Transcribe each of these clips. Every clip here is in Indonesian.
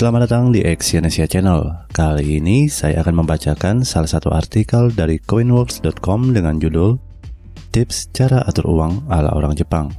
Selamat datang di Exyonesia Channel. Kali ini saya akan membacakan salah satu artikel dari coinworks.com dengan judul Tips Cara Atur Uang ala Orang Jepang.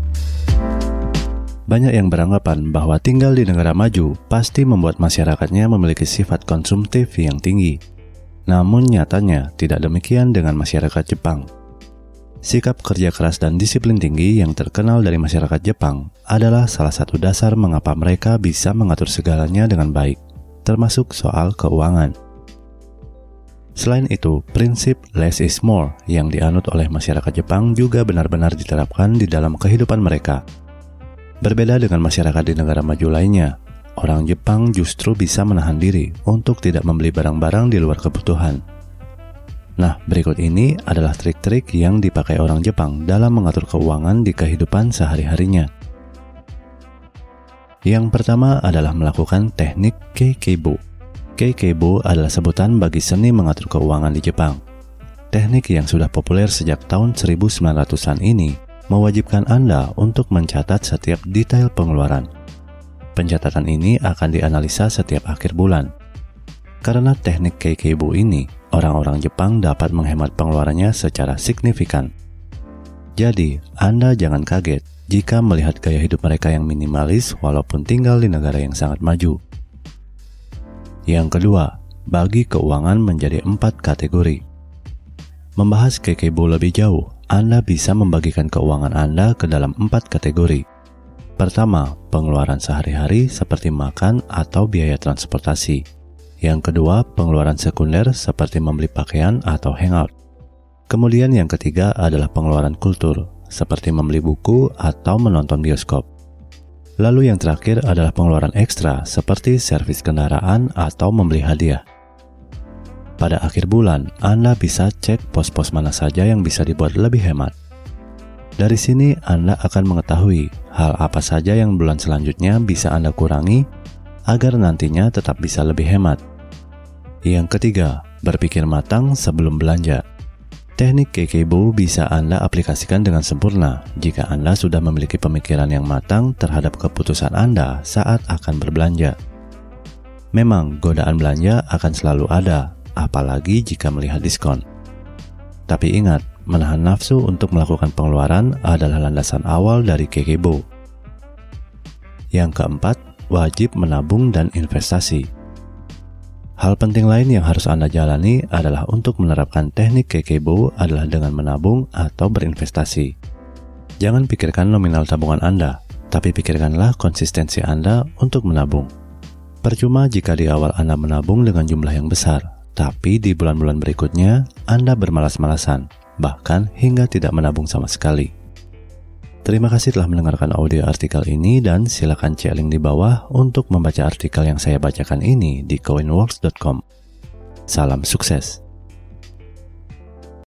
Banyak yang beranggapan bahwa tinggal di negara maju pasti membuat masyarakatnya memiliki sifat konsumtif yang tinggi. Namun nyatanya tidak demikian dengan masyarakat Jepang. Sikap kerja keras dan disiplin tinggi yang terkenal dari masyarakat Jepang adalah salah satu dasar mengapa mereka bisa mengatur segalanya dengan baik, termasuk soal keuangan. Selain itu, prinsip less is more yang dianut oleh masyarakat Jepang juga benar-benar diterapkan di dalam kehidupan mereka. Berbeda dengan masyarakat di negara maju lainnya, orang Jepang justru bisa menahan diri untuk tidak membeli barang-barang di luar kebutuhan. Nah, berikut ini adalah trik-trik yang dipakai orang Jepang dalam mengatur keuangan di kehidupan sehari-harinya. Yang pertama adalah melakukan teknik Keikeibo. Keikeibo adalah sebutan bagi seni mengatur keuangan di Jepang. Teknik yang sudah populer sejak tahun 1900-an ini mewajibkan Anda untuk mencatat setiap detail pengeluaran. Pencatatan ini akan dianalisa setiap akhir bulan. Karena teknik Keikeibo ini, orang-orang Jepang dapat menghemat pengeluarannya secara signifikan. Jadi, Anda jangan kaget jika melihat gaya hidup mereka yang minimalis walaupun tinggal di negara yang sangat maju. Yang kedua, bagi keuangan menjadi 4 kategori. Membahas Keikeibo lebih jauh, Anda bisa membagikan keuangan Anda ke dalam 4 kategori. Pertama, pengeluaran sehari-hari seperti makan atau biaya transportasi. Yang kedua, pengeluaran sekunder seperti membeli pakaian atau hangout. Kemudian yang ketiga adalah pengeluaran kultur, seperti membeli buku atau menonton bioskop. Lalu yang terakhir adalah pengeluaran ekstra, seperti servis kendaraan atau membeli hadiah. Pada akhir bulan, Anda bisa cek pos-pos mana saja yang bisa dibuat lebih hemat. Dari sini, Anda akan mengetahui hal apa saja yang bulan selanjutnya bisa Anda kurangi agar nantinya tetap bisa lebih hemat. Yang ketiga, berpikir matang sebelum belanja. Teknik Keikeibo bisa Anda aplikasikan dengan sempurna jika Anda sudah memiliki pemikiran yang matang terhadap keputusan Anda saat akan berbelanja. Memang, godaan belanja akan selalu ada, apalagi jika melihat diskon. Tapi ingat, menahan nafsu untuk melakukan pengeluaran adalah landasan awal dari Keikeibo. Yang keempat, wajib menabung dan investasi. Hal penting lain yang harus Anda jalani adalah untuk menerapkan teknik Keikeibo adalah dengan menabung atau berinvestasi. Jangan pikirkan nominal tabungan Anda, tapi pikirkanlah konsistensi Anda untuk menabung. Percuma jika di awal Anda menabung dengan jumlah yang besar, tapi di bulan-bulan berikutnya Anda bermalas-malasan, bahkan hingga tidak menabung sama sekali. Terima kasih telah mendengarkan audio artikel ini dan silakan cek link di bawah untuk membaca artikel yang saya bacakan ini di coinworks.com. Salam sukses.